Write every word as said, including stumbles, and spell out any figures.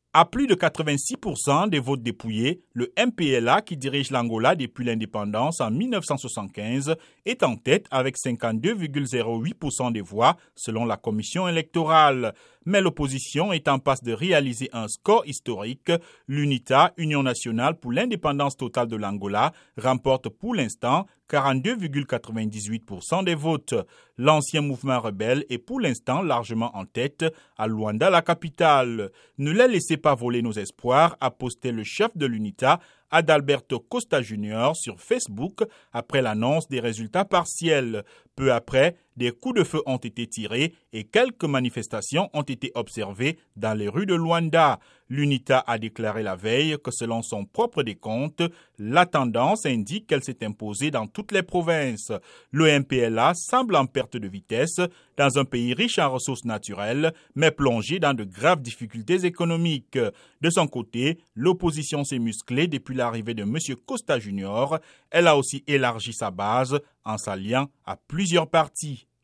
À plus de quatre-vingt-six pour cent des votes dépouillés, le M P L A, qui dirige l'Angola depuis l'indépendance en mille neuf cent soixante-quinze, est en tête avec cinquante-deux virgule zéro huit pour cent des voix selon la commission électorale. Mais l'opposition est en passe de réaliser un score historique. L'UNITA, Union nationale pour l'indépendance totale de l'Angola, remporte pour l'instant quarante-deux virgule quatre-vingt-dix-huit pour cent des votes. L'ancien mouvement rebelle est pour l'instant largement en tête à Luanda, la capitale. Ne les laissez pas voler nos espoirs, a posté le chef de l'UNITA, Adalberto Costa Junior, sur Facebook après l'annonce des résultats partiels. Peu après, des coups de feu ont été tirés et quelques manifestations ont été observées dans les rues de Luanda. L'UNITA a déclaré la veille que selon son propre décompte, la tendance indique qu'elle s'est imposée dans toutes les provinces. Le M P L A semble en perte de vitesse dans un pays riche en ressources naturelles, mais plongé dans de graves difficultés économiques. De son côté, l'opposition s'est musclée depuis l'arrivée de M. Costa Junior. Elle a aussi élargi sa base en s'alliant à plusieurs partis.